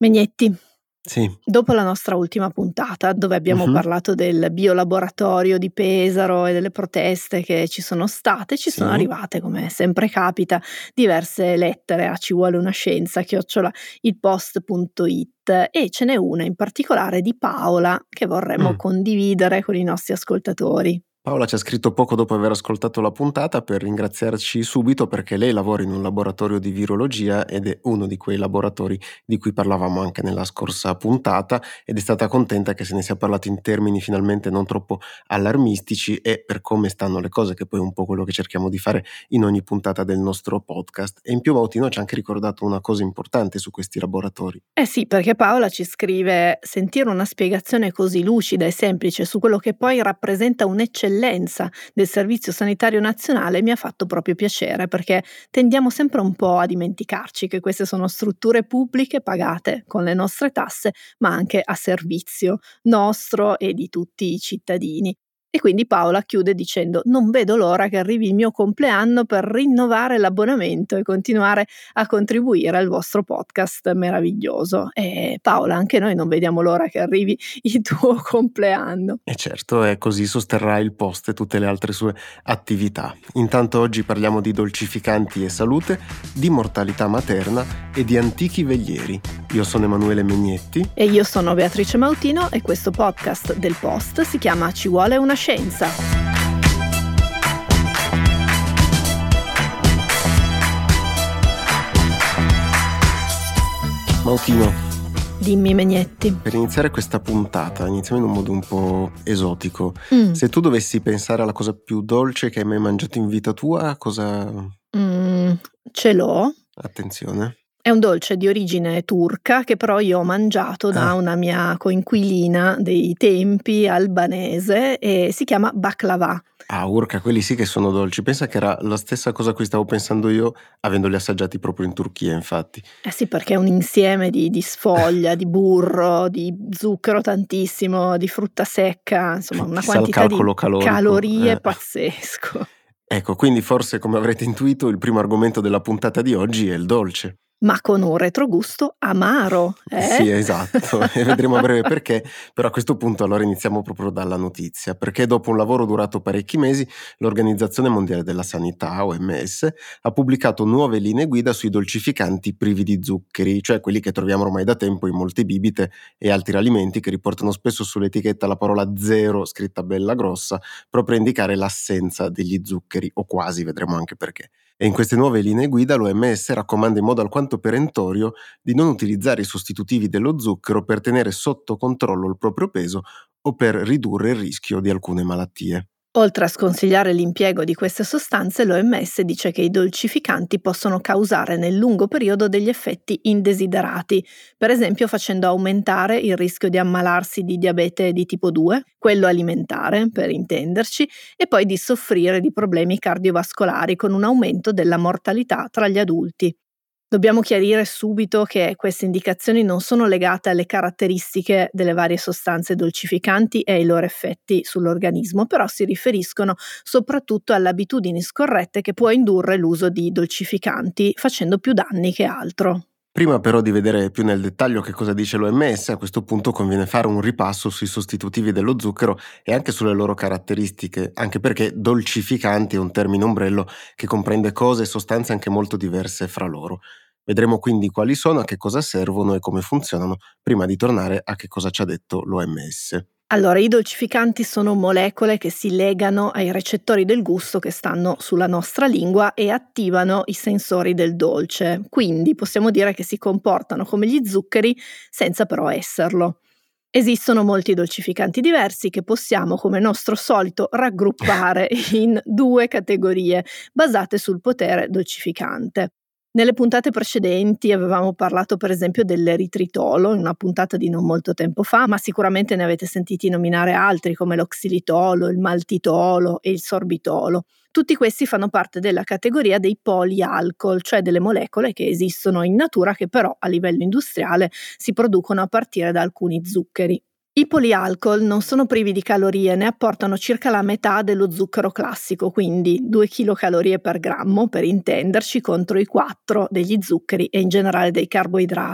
Megnetti, Sì. dopo la nostra ultima puntata, dove abbiamo parlato del biolaboratorio di Pesaro e delle proteste che ci sono state, ci sono Sì. arrivate, come sempre capita, diverse lettere a civuoleunascienza@ilpost.it e ce n'è una in particolare di Paola che vorremmo condividere con i nostri ascoltatori. Paola ci ha scritto poco dopo aver ascoltato la puntata per ringraziarci subito perché lei lavora in un laboratorio di virologia ed è uno di quei laboratori di cui parlavamo anche nella scorsa puntata ed è stata contenta che se ne sia parlato in termini finalmente non troppo allarmistici e per come stanno le cose, che poi è un po' quello che cerchiamo di fare in ogni puntata del nostro podcast. E in più Mautino ci ha anche ricordato una cosa importante su questi laboratori. Eh sì, perché Paola ci scrive: sentire una spiegazione così lucida e semplice su quello che poi rappresenta un'eccellenza del Servizio Sanitario Nazionale mi ha fatto proprio piacere, perché tendiamo sempre un po' a dimenticarci che queste sono strutture pubbliche pagate con le nostre tasse, ma anche a servizio nostro e di tutti i cittadini. E quindi Paola chiude dicendo: non vedo l'ora che arrivi il mio compleanno per rinnovare l'abbonamento e continuare a contribuire al vostro podcast meraviglioso. E Paola, anche noi non vediamo l'ora che arrivi il tuo compleanno. E certo, è così sosterrà il post e tutte le altre sue attività. Intanto oggi parliamo di dolcificanti e salute, di mortalità materna e di antichi veglieri. Io sono Emanuele Megnetti. E io sono Beatrice Mautino e questo podcast del Post si chiama Ci vuole una scienza. Mautino, Dimmi Megnetti. per iniziare questa puntata, iniziamo in un modo un po' esotico. Se tu dovessi pensare alla cosa più dolce che hai mai mangiato in vita tua, cosa... Ce l'ho. Attenzione. È un dolce di origine turca che però io ho mangiato da una mia coinquilina dei tempi, albanese, e si chiama baklava. Ah, urca, quelli sì che sono dolci. Pensa che era la stessa cosa a cui stavo pensando io, avendoli assaggiati proprio in Turchia, infatti. Eh sì, perché è un insieme di sfoglia, di burro, di zucchero tantissimo, di frutta secca, insomma una Chissà il quantità di calcolo calorico. calorie pazzesco. Ecco, quindi forse, come avrete intuito, il primo argomento della puntata di oggi è il dolce. Ma con un retrogusto amaro, Sì, esatto, e vedremo a breve perché, però a questo punto allora iniziamo proprio dalla notizia, perché dopo un lavoro durato parecchi mesi, l'Organizzazione Mondiale della Sanità, OMS, ha pubblicato nuove linee guida sui dolcificanti privi di zuccheri, cioè quelli che troviamo ormai da tempo in molte bibite e altri alimenti che riportano spesso sull'etichetta la parola zero scritta bella grossa, proprio a indicare l'assenza degli zuccheri, o quasi, vedremo anche perché. E in queste nuove linee guida l'OMS raccomanda in modo alquanto perentorio di non utilizzare i sostitutivi dello zucchero per tenere sotto controllo il proprio peso o per ridurre il rischio di alcune malattie. Oltre a sconsigliare l'impiego di queste sostanze, l'OMS dice che i dolcificanti possono causare nel lungo periodo degli effetti indesiderati, per esempio facendo aumentare il rischio di ammalarsi di diabete di tipo 2, quello alimentare per intenderci, e poi di soffrire di problemi cardiovascolari con un aumento della mortalità tra gli adulti. Dobbiamo chiarire subito che queste indicazioni non sono legate alle caratteristiche delle varie sostanze dolcificanti e ai loro effetti sull'organismo, però si riferiscono soprattutto alle abitudini scorrette che può indurre l'uso di dolcificanti, facendo più danni che altro. Prima però di vedere più nel dettaglio che cosa dice l'OMS, a questo punto conviene fare un ripasso sui sostitutivi dello zucchero e anche sulle loro caratteristiche, anche perché dolcificanti è un termine ombrello che comprende cose e sostanze anche molto diverse fra loro. Vedremo quindi quali sono, a che cosa servono e come funzionano, prima di tornare a che cosa ci ha detto l'OMS. Allora, i dolcificanti sono molecole che si legano ai recettori del gusto che stanno sulla nostra lingua e attivano i sensori del dolce, quindi possiamo dire che si comportano come gli zuccheri senza però esserlo. Esistono molti dolcificanti diversi che possiamo, come nostro solito, raggruppare in due categorie basate sul potere dolcificante. Nelle puntate precedenti avevamo parlato per esempio dell'eritritolo, in una puntata di non molto tempo fa, ma sicuramente ne avete sentiti nominare altri come lo xilitolo, il maltitolo e il sorbitolo. Tutti questi fanno parte della categoria dei polialcol, cioè delle molecole che esistono in natura che però a livello industriale si producono a partire da alcuni zuccheri. I polialcol non sono privi di calorie, ne apportano circa la metà dello zucchero classico, quindi 2 kcal per grammo, per intenderci, contro i 4 degli zuccheri e in generale dei carboidrati.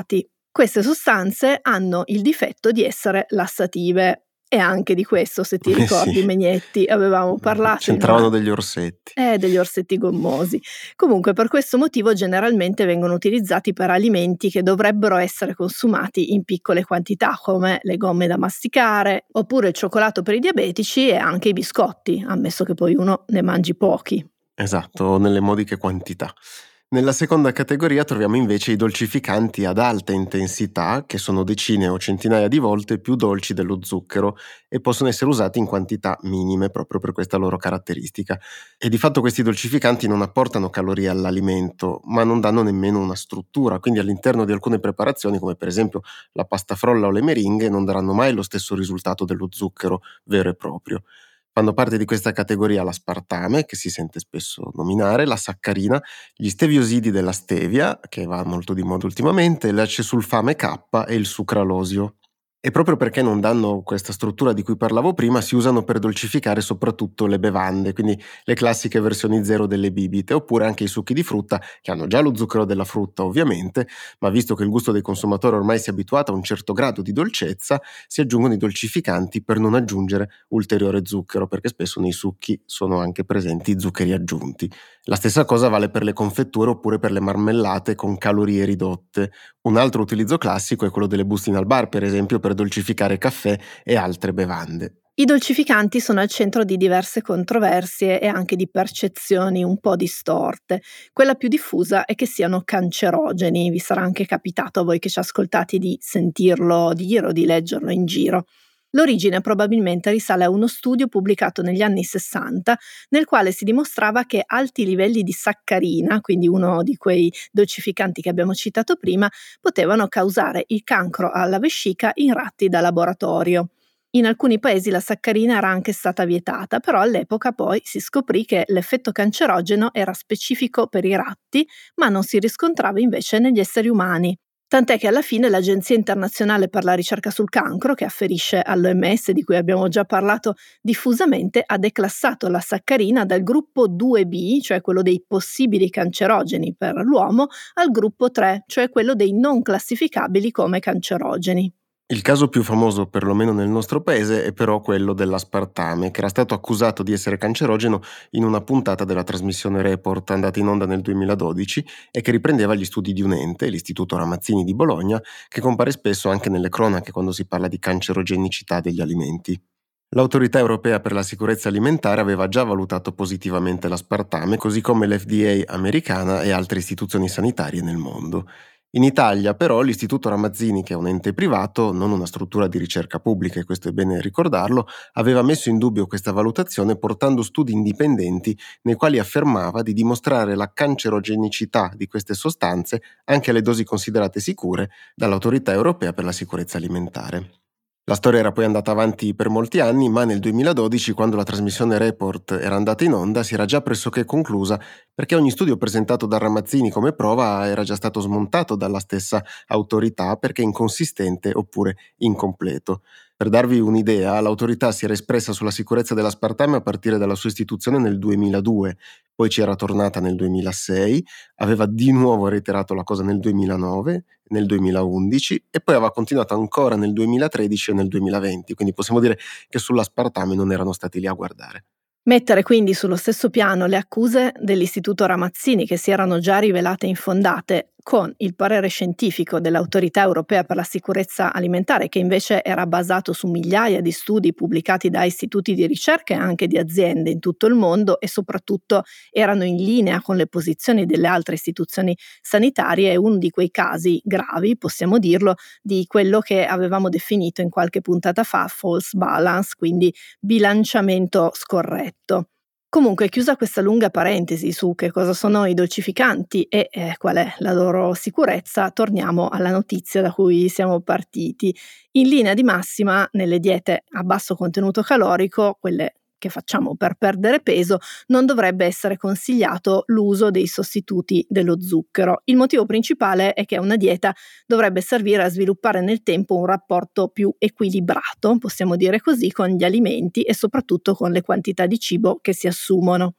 Queste sostanze hanno il difetto di essere lassative. E anche di questo, se ti Eh sì, ricordi, Megnetti, avevamo parlato in c'entravano una degli orsetti. degli orsetti gommosi. Comunque, per questo motivo generalmente vengono utilizzati per alimenti che dovrebbero essere consumati in piccole quantità, come le gomme da masticare, oppure il cioccolato per i diabetici e anche i biscotti, ammesso che poi uno ne mangi pochi. Esatto, nelle modiche quantità. Nella seconda categoria troviamo invece i dolcificanti ad alta intensità, che sono decine o centinaia di volte più dolci dello zucchero e possono essere usati in quantità minime proprio per questa loro caratteristica. E di fatto questi dolcificanti non apportano calorie all'alimento, ma non danno nemmeno una struttura, quindi all'interno di alcune preparazioni, come per esempio la pasta frolla o le meringhe, non daranno mai lo stesso risultato dello zucchero vero e proprio. Fanno parte di questa categoria l'aspartame, che si sente spesso nominare, la saccarina, gli steviosidi della stevia, che va molto di moda ultimamente, l'acesulfame K e il sucralosio. E proprio perché non danno questa struttura di cui parlavo prima, si usano per dolcificare soprattutto le bevande, quindi le classiche versioni zero delle bibite, oppure anche i succhi di frutta, che hanno già lo zucchero della frutta ovviamente, ma visto che il gusto dei consumatori ormai si è abituato a un certo grado di dolcezza, si aggiungono i dolcificanti per non aggiungere ulteriore zucchero, perché spesso nei succhi sono anche presenti zuccheri aggiunti. La stessa cosa vale per le confetture oppure per le marmellate con calorie ridotte. Un altro utilizzo classico è quello delle bustine al bar, per esempio, per dolcificare caffè e altre bevande. I dolcificanti sono al centro di diverse controversie e anche di percezioni un po' distorte. Quella più diffusa è che siano cancerogeni. Vi sarà anche capitato a voi che ci ascoltate di sentirlo dire o di leggerlo in giro. L'origine probabilmente risale a uno studio pubblicato negli anni 60, nel quale si dimostrava che alti livelli di saccarina, quindi uno di quei dolcificanti che abbiamo citato prima, potevano causare il cancro alla vescica in ratti da laboratorio. In alcuni paesi la saccarina era anche stata vietata, però all'epoca poi si scoprì che l'effetto cancerogeno era specifico per i ratti, ma non si riscontrava invece negli esseri umani. Tant'è che alla fine l'Agenzia internazionale per la ricerca sul cancro, che afferisce all'OMS, di cui abbiamo già parlato diffusamente, ha declassato la saccarina dal gruppo 2B, cioè quello dei possibili cancerogeni per l'uomo, al gruppo 3, cioè quello dei non classificabili come cancerogeni. Il caso più famoso, perlomeno nel nostro paese, è però quello dell'aspartame, che era stato accusato di essere cancerogeno in una puntata della trasmissione Report andata in onda nel 2012 e che riprendeva gli studi di un ente, l'Istituto Ramazzini di Bologna, che compare spesso anche nelle cronache quando si parla di cancerogenicità degli alimenti. L'Autorità Europea per la Sicurezza Alimentare aveva già valutato positivamente l'aspartame, così come l'FDA americana e altre istituzioni sanitarie nel mondo. In Italia, però, l'Istituto Ramazzini, che è un ente privato, non una struttura di ricerca pubblica, e questo è bene ricordarlo, aveva messo in dubbio questa valutazione portando studi indipendenti nei quali affermava di dimostrare la cancerogenicità di queste sostanze anche alle dosi considerate sicure dall'Autorità Europea per la Sicurezza Alimentare. La storia era poi andata avanti per molti anni, ma nel 2012, quando la trasmissione Report era andata in onda, si era già pressoché conclusa perché ogni studio presentato da Ramazzini come prova era già stato smontato dalla stessa autorità perché inconsistente oppure incompleto. Per darvi un'idea, l'autorità si era espressa sulla sicurezza dell'aspartame a partire dalla sua istituzione nel 2002, poi ci era tornata nel 2006, aveva di nuovo reiterato la cosa nel 2009, nel 2011 e poi aveva continuato ancora nel 2013 e nel 2020, quindi possiamo dire che sull'aspartame non erano stati lì a guardare. Mettere quindi sullo stesso piano le accuse dell'Istituto Ramazzini, che si erano già rivelate infondate, con il parere scientifico dell'Autorità Europea per la Sicurezza Alimentare, che invece era basato su migliaia di studi pubblicati da istituti di ricerca e anche di aziende in tutto il mondo e soprattutto erano in linea con le posizioni delle altre istituzioni sanitarie, è uno di quei casi gravi, possiamo dirlo, di quello che avevamo definito in qualche puntata fa false balance, quindi bilanciamento scorretto. Comunque, chiusa questa lunga parentesi su che cosa sono i dolcificanti e qual è la loro sicurezza, torniamo alla notizia da cui siamo partiti. In linea di massima, nelle diete a basso contenuto calorico, quelle che facciamo per perdere peso, non dovrebbe essere consigliato l'uso dei sostituti dello zucchero. Il motivo principale è che una dieta dovrebbe servire a sviluppare nel tempo un rapporto più equilibrato, possiamo dire così, con gli alimenti e soprattutto con le quantità di cibo che si assumono.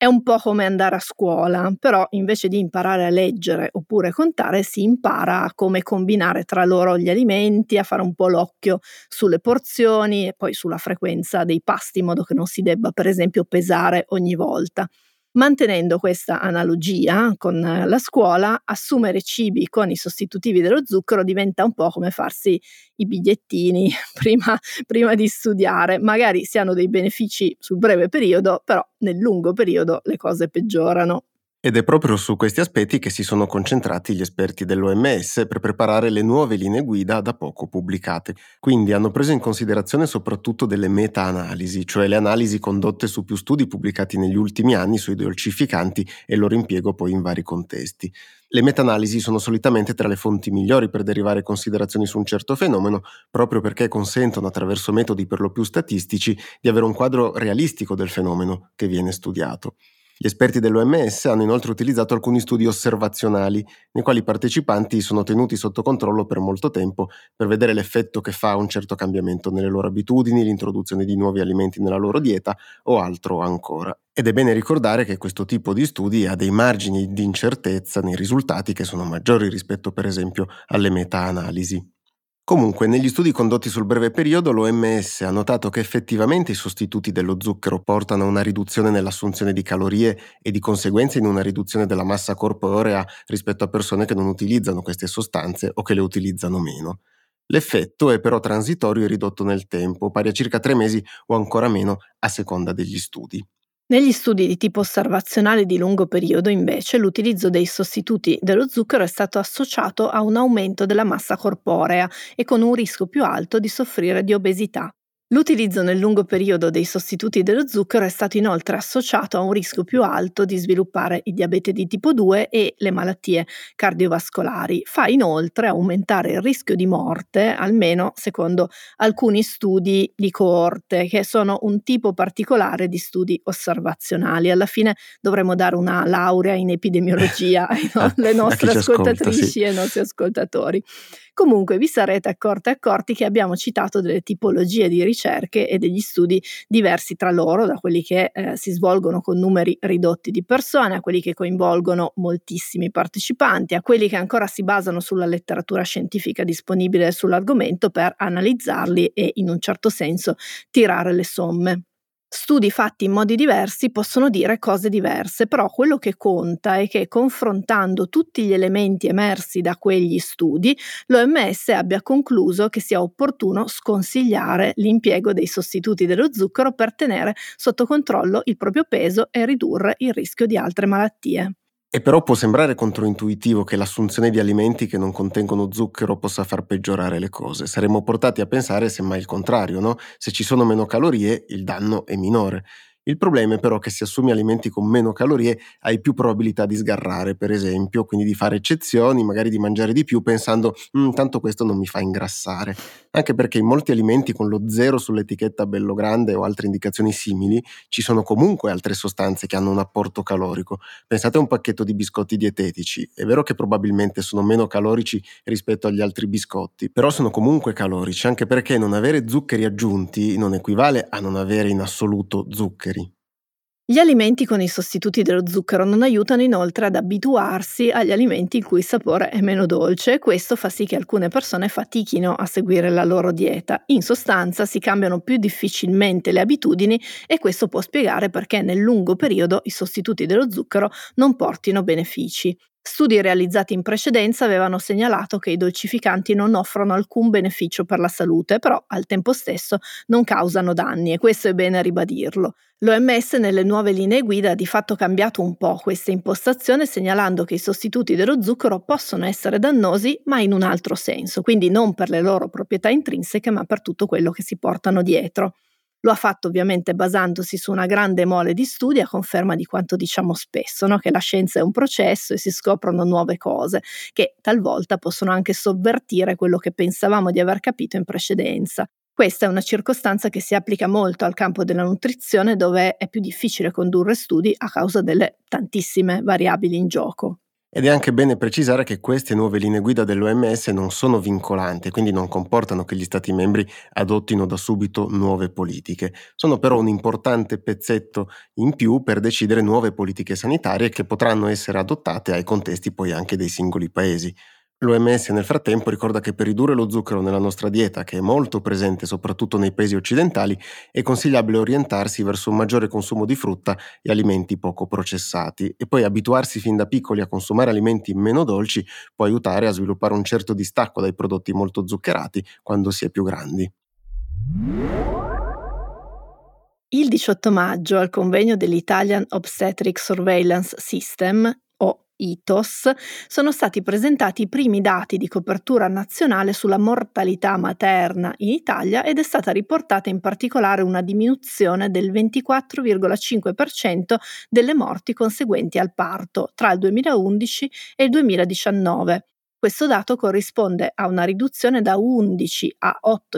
È un po' come andare a scuola, però invece di imparare a leggere oppure contare, si impara a come combinare tra loro gli alimenti, a fare un po' l'occhio sulle porzioni e poi sulla frequenza dei pasti, in modo che non si debba, per esempio, pesare ogni volta. Mantenendo questa analogia con la scuola, assumere cibi con i sostitutivi dello zucchero diventa un po' come farsi i bigliettini prima di studiare. Magari si hanno dei benefici sul breve periodo, però nel lungo periodo le cose peggiorano. Ed è proprio su questi aspetti che si sono concentrati gli esperti dell'OMS per preparare le nuove linee guida da poco pubblicate. Quindi hanno preso in considerazione soprattutto delle meta-analisi, cioè le analisi condotte su più studi pubblicati negli ultimi anni sui dolcificanti e il loro impiego poi in vari contesti. Le meta-analisi sono solitamente tra le fonti migliori per derivare considerazioni su un certo fenomeno, proprio perché consentono, attraverso metodi per lo più statistici, di avere un quadro realistico del fenomeno che viene studiato. Gli esperti dell'OMS hanno inoltre utilizzato alcuni studi osservazionali, nei quali i partecipanti sono tenuti sotto controllo per molto tempo per vedere l'effetto che fa un certo cambiamento nelle loro abitudini, l'introduzione di nuovi alimenti nella loro dieta o altro ancora. Ed è bene ricordare che questo tipo di studi ha dei margini di incertezza nei risultati che sono maggiori rispetto, per esempio, alle meta-analisi. Comunque, negli studi condotti sul breve periodo, l'OMS ha notato che effettivamente i sostituti dello zucchero portano a una riduzione nell'assunzione di calorie e di conseguenza in una riduzione della massa corporea rispetto a persone che non utilizzano queste sostanze o che le utilizzano meno. L'effetto è però transitorio e ridotto nel tempo, pari a circa 3 mesi o ancora meno a seconda degli studi. Negli studi di tipo osservazionale di lungo periodo, invece, l'utilizzo dei sostituti dello zucchero è stato associato a un aumento della massa corporea e con un rischio più alto di soffrire di obesità. L'utilizzo nel lungo periodo dei sostituti dello zucchero è stato inoltre associato a un rischio più alto di sviluppare il diabete di tipo 2 e le malattie cardiovascolari. Fa inoltre aumentare il rischio di morte, almeno secondo alcuni studi di coorte, che sono un tipo particolare di studi osservazionali. Alla fine dovremmo dare una laurea in epidemiologia alle A chi nostre ci ascolta, sì. ascoltatrici e ai nostri ascoltatori. Comunque vi sarete accorti che abbiamo citato delle tipologie di ricerche e degli studi diversi tra loro, da quelli che si svolgono con numeri ridotti di persone, a quelli che coinvolgono moltissimi partecipanti, a quelli che ancora si basano sulla letteratura scientifica disponibile sull'argomento per analizzarli e in un certo senso tirare le somme. Studi fatti in modi diversi possono dire cose diverse, però quello che conta è che, confrontando tutti gli elementi emersi da quegli studi, l'OMS abbia concluso che sia opportuno sconsigliare l'impiego dei sostituti dello zucchero per tenere sotto controllo il proprio peso e ridurre il rischio di altre malattie. E però può sembrare controintuitivo che l'assunzione di alimenti che non contengono zucchero possa far peggiorare le cose. Saremmo portati a pensare semmai il contrario, no? Se ci sono meno calorie, il danno è minore. Il problema è però che se assumi alimenti con meno calorie hai più probabilità di sgarrare, per esempio, quindi di fare eccezioni, magari di mangiare di più pensando tanto questo non mi fa ingrassare. Anche perché in molti alimenti con lo 0 sull'etichetta bello grande o altre indicazioni simili ci sono comunque altre sostanze che hanno un apporto calorico. Pensate a un pacchetto di biscotti dietetici. È vero che probabilmente sono meno calorici rispetto agli altri biscotti, però sono comunque calorici, anche perché non avere zuccheri aggiunti non equivale a non avere in assoluto zuccheri. Gli alimenti con i sostituti dello zucchero non aiutano inoltre ad abituarsi agli alimenti il cui sapore è meno dolce, e questo fa sì che alcune persone fatichino a seguire la loro dieta. In sostanza si cambiano più difficilmente le abitudini e questo può spiegare perché nel lungo periodo i sostituti dello zucchero non portino benefici. Studi realizzati in precedenza avevano segnalato che i dolcificanti non offrono alcun beneficio per la salute, però al tempo stesso non causano danni, e questo è bene ribadirlo. L'OMS nelle nuove linee guida ha di fatto cambiato un po' questa impostazione, segnalando che i sostituti dello zucchero possono essere dannosi, ma in un altro senso, quindi non per le loro proprietà intrinseche, ma per tutto quello che si portano dietro. Lo ha fatto ovviamente basandosi su una grande mole di studi, a conferma di quanto diciamo spesso, no? Che la scienza è un processo e si scoprono nuove cose, che talvolta possono anche sovvertire quello che pensavamo di aver capito in precedenza. Questa è una circostanza che si applica molto al campo della nutrizione, dove è più difficile condurre studi a causa delle tantissime variabili in gioco. Ed è anche bene precisare che queste nuove linee guida dell'OMS non sono vincolanti e quindi non comportano che gli Stati membri adottino da subito nuove politiche. Sono però un importante pezzetto in più per decidere nuove politiche sanitarie che potranno essere adottate ai contesti poi anche dei singoli paesi. L'OMS nel frattempo ricorda che per ridurre lo zucchero nella nostra dieta, che è molto presente soprattutto nei paesi occidentali, è consigliabile orientarsi verso un maggiore consumo di frutta e alimenti poco processati e poi abituarsi fin da piccoli a consumare alimenti meno dolci può aiutare a sviluppare un certo distacco dai prodotti molto zuccherati quando si è più grandi. Il 18 maggio, al convegno dell'Italian Obstetric Surveillance System, o ITOS, sono stati presentati i primi dati di copertura nazionale sulla mortalità materna in Italia ed è stata riportata in particolare una diminuzione del 24,5% delle morti conseguenti al parto tra il 2011 e il 2019. Questo dato corrisponde a una riduzione da 11 a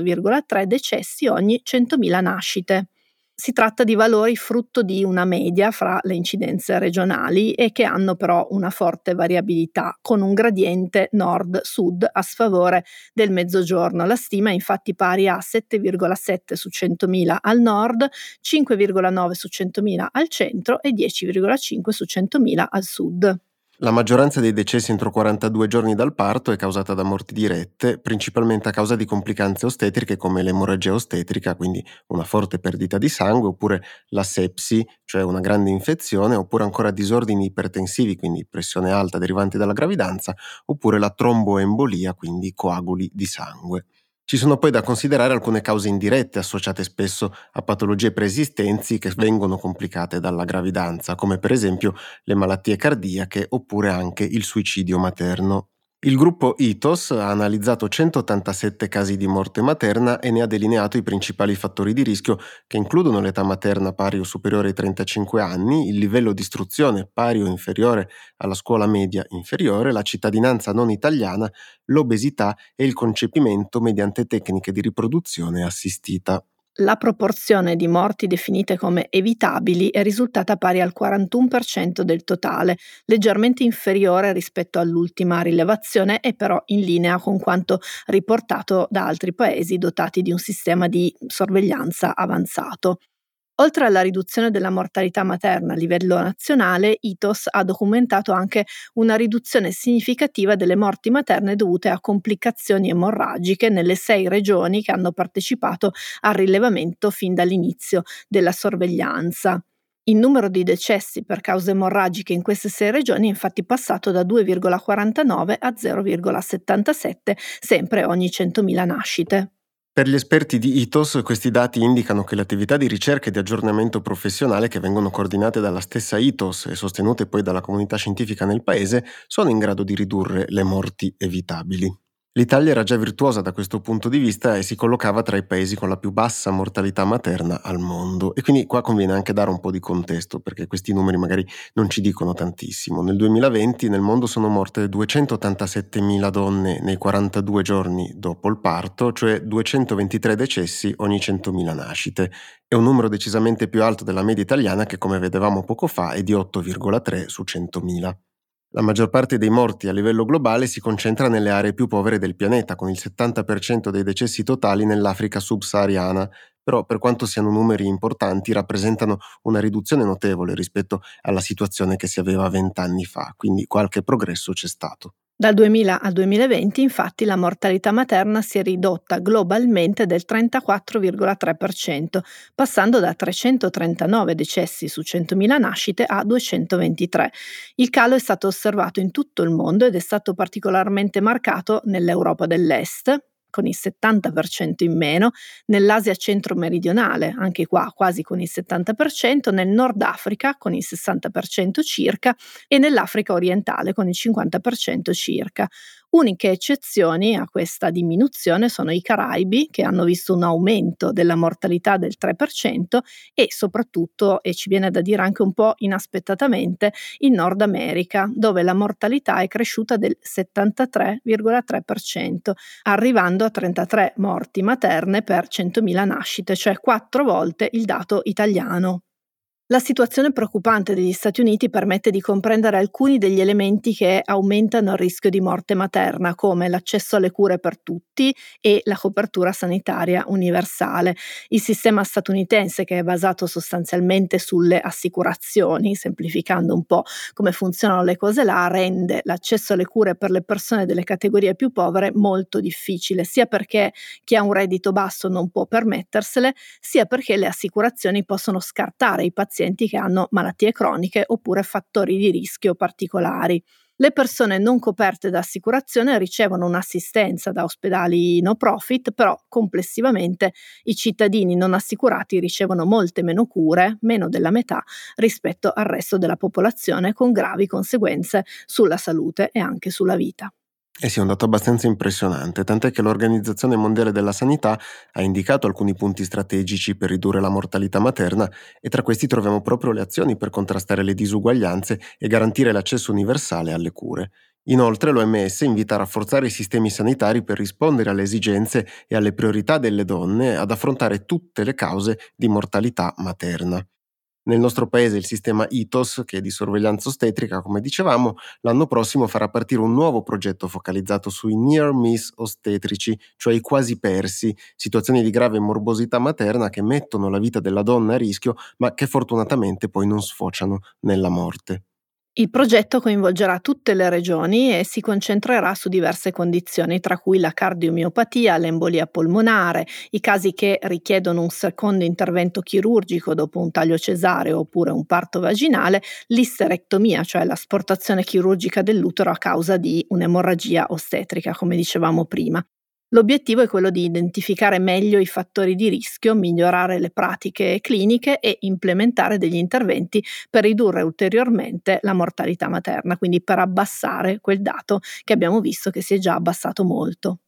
8,3 decessi ogni 100.000 nascite. Si tratta di valori frutto di una media fra le incidenze regionali e che hanno però una forte variabilità, con un gradiente nord-sud a sfavore del mezzogiorno. La stima è infatti pari a 7,7 su 100.000 al nord, 5,9 su 100.000 al centro e 10,5 su 100.000 al sud. La maggioranza dei decessi entro 42 giorni dal parto è causata da morti dirette, principalmente a causa di complicanze ostetriche come l'emorragia ostetrica, quindi una forte perdita di sangue, oppure la sepsi, cioè una grande infezione, oppure ancora disordini ipertensivi, quindi pressione alta derivanti dalla gravidanza, oppure la tromboembolia, quindi coaguli di sangue. Ci sono poi da considerare alcune cause indirette associate spesso a patologie preesistenti che vengono complicate dalla gravidanza, come per esempio le malattie cardiache oppure anche il suicidio materno. Il gruppo ITOS ha analizzato 187 casi di morte materna e ne ha delineato i principali fattori di rischio che includono l'età materna pari o superiore ai 35 anni, il livello di istruzione pari o inferiore alla scuola media inferiore, la cittadinanza non italiana, l'obesità e il concepimento mediante tecniche di riproduzione assistita. La proporzione di morti definite come evitabili è risultata pari al 41% del totale, leggermente inferiore rispetto all'ultima rilevazione e però in linea con quanto riportato da altri paesi dotati di un sistema di sorveglianza avanzato. Oltre alla riduzione della mortalità materna a livello nazionale, ITOS ha documentato anche una riduzione significativa delle morti materne dovute a complicazioni emorragiche nelle 6 regioni che hanno partecipato al rilevamento fin dall'inizio della sorveglianza. Il numero di decessi per cause emorragiche in queste 6 regioni è infatti passato da 2,49 a 0,77, sempre ogni 100.000 nascite. Per gli esperti di ITOS questi dati indicano che le attività di ricerca e di aggiornamento professionale che vengono coordinate dalla stessa ITOS e sostenute poi dalla comunità scientifica nel paese sono in grado di ridurre le morti evitabili. L'Italia era già virtuosa da questo punto di vista e si collocava tra i paesi con la più bassa mortalità materna al mondo. E quindi qua conviene anche dare un po' di contesto, perché questi numeri magari non ci dicono tantissimo. Nel 2020 nel mondo sono morte 287.000 donne nei 42 giorni dopo il parto, cioè 223 decessi ogni 100.000 nascite. È un numero decisamente più alto della media italiana che, come vedevamo poco fa, è di 8,3 su 100.000. La maggior parte dei morti a livello globale si concentra nelle aree più povere del pianeta, con il 70% dei decessi totali nell'Africa subsahariana, però per quanto siano numeri importanti rappresentano una riduzione notevole rispetto alla situazione che si aveva 20 anni fa, quindi qualche progresso c'è stato. Dal 2000 al 2020, infatti, la mortalità materna si è ridotta globalmente del 34,3%, passando da 339 decessi su 100.000 nascite a 223. Il calo è stato osservato in tutto il mondo ed è stato particolarmente marcato nell'Europa dell'Est, con il 70% in meno, nell'Asia centro-meridionale, anche qua quasi con il 70%, nel Nord Africa con il 60% circa e nell'Africa orientale con il 50% circa. Uniche eccezioni a questa diminuzione sono i Caraibi, che hanno visto un aumento della mortalità del 3% e soprattutto, e ci viene da dire anche un po' inaspettatamente, il Nord America, dove la mortalità è cresciuta del 73,3%, arrivando a 33 morti materne per 100.000 nascite, cioè 4 volte il dato italiano. La situazione preoccupante degli Stati Uniti permette di comprendere alcuni degli elementi che aumentano il rischio di morte materna, come l'accesso alle cure per tutti e la copertura sanitaria universale. Il sistema statunitense, che è basato sostanzialmente sulle assicurazioni, semplificando un po' come funzionano le cose là, rende l'accesso alle cure per le persone delle categorie più povere molto difficile, sia perché chi ha un reddito basso non può permettersele, sia perché le assicurazioni possono scartare i pazienti che hanno malattie croniche oppure fattori di rischio particolari. Le persone non coperte da assicurazione ricevono un'assistenza da ospedali no profit, però complessivamente i cittadini non assicurati ricevono molte meno cure, meno della metà, rispetto al resto della popolazione, con gravi conseguenze sulla salute e anche sulla vita. Eh sì, è un dato abbastanza impressionante, tant'è che l'Organizzazione Mondiale della Sanità ha indicato alcuni punti strategici per ridurre la mortalità materna e tra questi troviamo proprio le azioni per contrastare le disuguaglianze e garantire l'accesso universale alle cure. Inoltre l'OMS invita a rafforzare i sistemi sanitari per rispondere alle esigenze e alle priorità delle donne ad affrontare tutte le cause di mortalità materna. Nel nostro paese il sistema ITOS, che è di sorveglianza ostetrica, come dicevamo, l'anno prossimo farà partire un nuovo progetto focalizzato sui near miss ostetrici, cioè i quasi persi, situazioni di grave morbosità materna che mettono la vita della donna a rischio, ma che fortunatamente poi non sfociano nella morte. Il progetto coinvolgerà tutte le regioni e si concentrerà su diverse condizioni, tra cui la cardiomiopatia, l'embolia polmonare, i casi che richiedono un secondo intervento chirurgico dopo un taglio cesareo oppure un parto vaginale, l'isterectomia, cioè l'asportazione chirurgica dell'utero a causa di un'emorragia ostetrica, come dicevamo prima. L'obiettivo è quello di identificare meglio i fattori di rischio, migliorare le pratiche cliniche e implementare degli interventi per ridurre ulteriormente la mortalità materna, quindi per abbassare quel dato che abbiamo visto che si è già abbassato molto.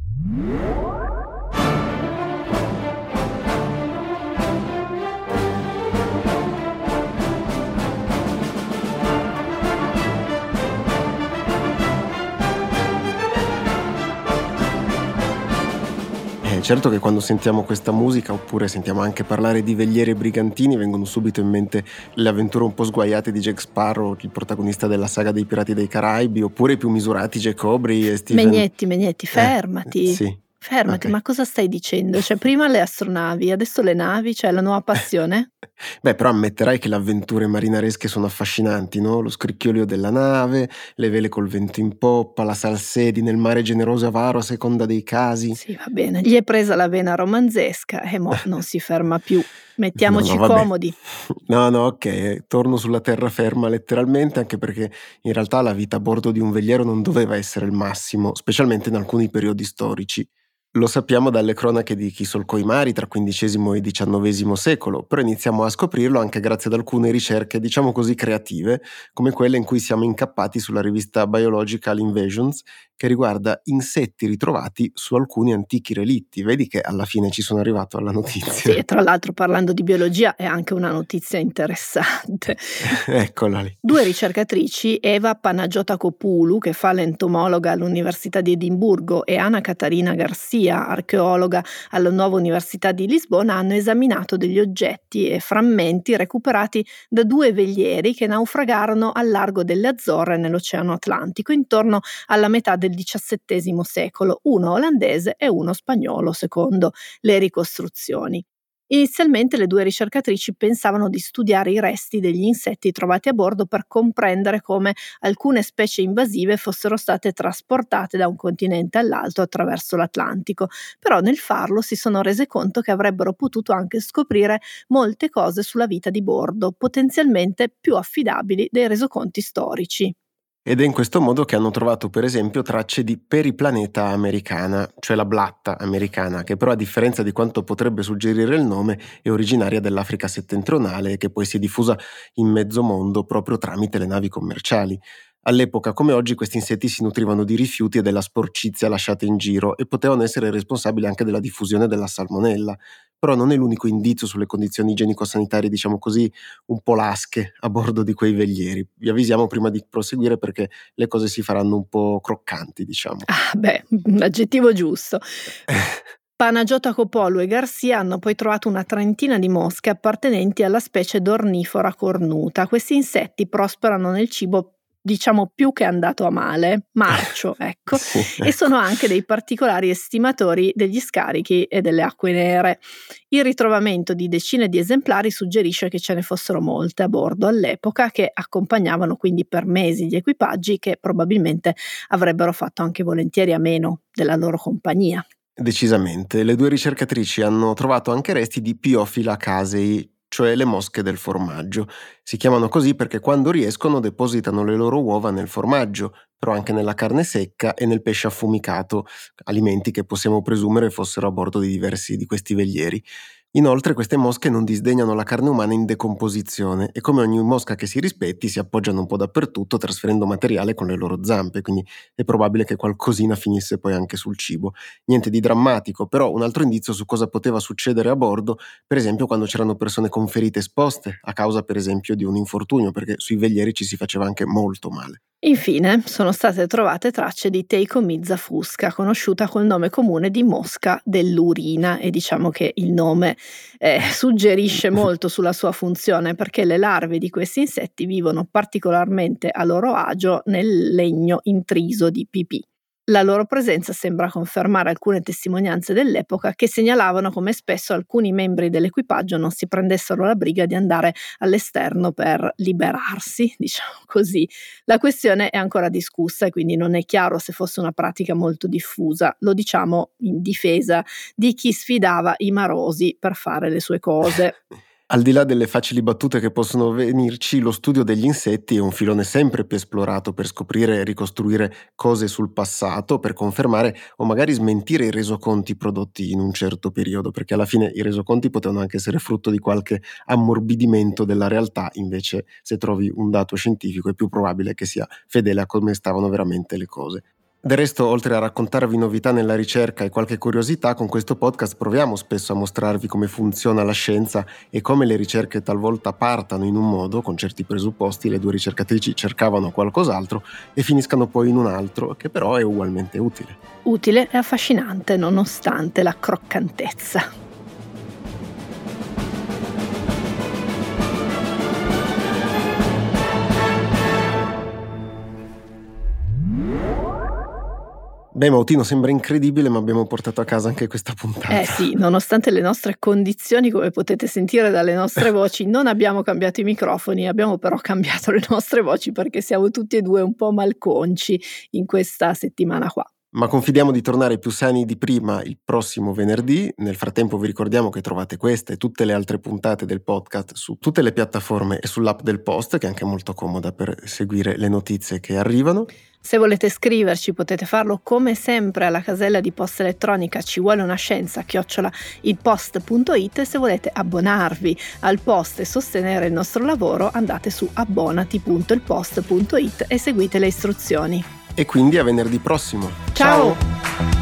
Certo che quando sentiamo questa musica, oppure sentiamo anche parlare di velieri e brigantini, vengono subito in mente le avventure un po' sguaiate di Jack Sparrow, il protagonista della saga dei Pirati dei Caraibi, oppure i più misurati Jack Aubrey e Steven... Megnetti, fermati. Sì, Fermati, ok. ma cosa stai dicendo? Cioè, prima le astronavi, adesso le navi, cioè la nuova passione? Beh, però ammetterai che le avventure marinaresche sono affascinanti, no? Lo scricchiolio della nave, le vele col vento in poppa, la salsedi nel mare generoso e avaro a seconda dei casi. Sì, va bene, gli è presa la vena romanzesca e mo' non si ferma più. No, Mettiamoci vabbè. comodi. No, okay, torno sulla terraferma letteralmente, anche perché in realtà la vita a bordo di un veliero non doveva essere il massimo, specialmente in alcuni periodi storici. Lo sappiamo dalle cronache di chi solcò i mari tra XV e XIX secolo, però iniziamo a scoprirlo anche grazie ad alcune ricerche, diciamo così, creative, come quelle in cui siamo incappati sulla rivista Biological Invasions, che riguarda insetti ritrovati su alcuni antichi relitti. Vedi che alla fine ci sono arrivato alla Sì, notizia. e tra l'altro parlando di biologia è anche una notizia interessante. Eccola lì. 2 ricercatrici, Eva Panagiotakopoulou, che fa l'entomologa all'Università di Edimburgo, e Ana Catarina Garcia, archeologa alla Nuova Università di Lisbona, hanno esaminato degli oggetti e frammenti recuperati da 2 velieri che naufragarono al largo delle Azzorre nell'Oceano Atlantico intorno alla metà del XVII secolo, uno olandese e uno spagnolo, secondo le ricostruzioni. Inizialmente le 2 ricercatrici pensavano di studiare i resti degli insetti trovati a bordo per comprendere come alcune specie invasive fossero state trasportate da un continente all'altro attraverso l'Atlantico, però nel farlo si sono rese conto che avrebbero potuto anche scoprire molte cose sulla vita di bordo, potenzialmente più affidabili dei resoconti storici. Ed è in questo modo che hanno trovato per esempio tracce di periplaneta americana, cioè la blatta americana, che però a differenza di quanto potrebbe suggerire il nome è originaria dell'Africa settentrionale e che poi si è diffusa in mezzo mondo proprio tramite le navi commerciali. All'epoca come oggi questi insetti si nutrivano di rifiuti e della sporcizia lasciata in giro e potevano essere responsabili anche della diffusione della salmonella. Però non è l'unico indizio sulle condizioni igienico-sanitarie, diciamo così, un po' lasche a bordo di quei velieri. Vi avvisiamo prima di proseguire perché le cose si faranno un po' croccanti, diciamo. Ah beh, l'aggettivo giusto. Panagiotopoulos e Garcia hanno poi trovato una trentina di mosche appartenenti alla specie Dornifora cornuta. Questi insetti prosperano nel cibo, diciamo, più che andato a male, marcio, ecco, Sì, e ecco. sono anche dei particolari estimatori degli scarichi e delle acque nere. Il ritrovamento di decine di esemplari suggerisce che ce ne fossero molte a bordo all'epoca, che accompagnavano quindi per mesi gli equipaggi, che probabilmente avrebbero fatto anche volentieri a meno della loro compagnia. Decisamente. Le 2 ricercatrici hanno trovato anche resti di Piophila casei, cioè le mosche del formaggio. Si chiamano così perché quando riescono depositano le loro uova nel formaggio, però anche nella carne secca e nel pesce affumicato, alimenti che possiamo presumere fossero a bordo di diversi di questi velieri. Inoltre queste mosche non disdegnano la carne umana in decomposizione e, come ogni mosca che si rispetti, si appoggiano un po' dappertutto trasferendo materiale con le loro zampe, quindi è probabile che qualcosina finisse poi anche sul cibo. Niente di drammatico, però un altro indizio su cosa poteva succedere a bordo, per esempio quando c'erano persone con ferite esposte, a causa per esempio di un infortunio, perché sui velieri ci si faceva anche molto male. Infine, sono state trovate tracce di Teikomizza fusca, conosciuta col nome comune di mosca dell'urina, e diciamo che il nome suggerisce molto sulla sua funzione, perché le larve di questi insetti vivono particolarmente a loro agio nel legno intriso di pipì. La loro presenza sembra confermare alcune testimonianze dell'epoca che segnalavano come spesso alcuni membri dell'equipaggio non si prendessero la briga di andare all'esterno per liberarsi, diciamo così. La questione è ancora discussa e quindi non è chiaro se fosse una pratica molto diffusa. Lo diciamo in difesa di chi sfidava i marosi per fare le sue cose. Al di là delle facili battute che possono venirci, lo studio degli insetti è un filone sempre più esplorato per scoprire e ricostruire cose sul passato, per confermare o magari smentire i resoconti prodotti in un certo periodo, perché alla fine i resoconti potevano anche essere frutto di qualche ammorbidimento della realtà, invece se trovi un dato scientifico è più probabile che sia fedele a come stavano veramente le cose. Del resto, oltre a raccontarvi novità nella ricerca e qualche curiosità, con questo podcast proviamo spesso a mostrarvi come funziona la scienza e come le ricerche talvolta partano in un modo, con certi presupposti, le 2 ricercatrici cercavano qualcos'altro e finiscano poi in un altro, che però è ugualmente utile. Utile e affascinante nonostante la croccantezza. Beh, Mautino, sembra incredibile, ma abbiamo portato a casa anche questa puntata. Sì, nonostante le nostre condizioni, come potete sentire dalle nostre voci, non abbiamo cambiato i microfoni, abbiamo però cambiato le nostre voci perché siamo tutti e 2 un po' malconci in questa settimana qua. Ma confidiamo di tornare più sani di prima il prossimo venerdì. Nel frattempo vi ricordiamo che trovate queste e tutte le altre puntate del podcast su tutte le piattaforme e sull'app del Post, che è anche molto comoda per seguire le notizie che arrivano. Se volete scriverci potete farlo come sempre alla casella di posta elettronica ci vuole una scienza @ilpost.it, e se volete abbonarvi al Post e sostenere il nostro lavoro andate su abbonati.ilpost.it e seguite le istruzioni. E quindi a venerdì prossimo. Ciao!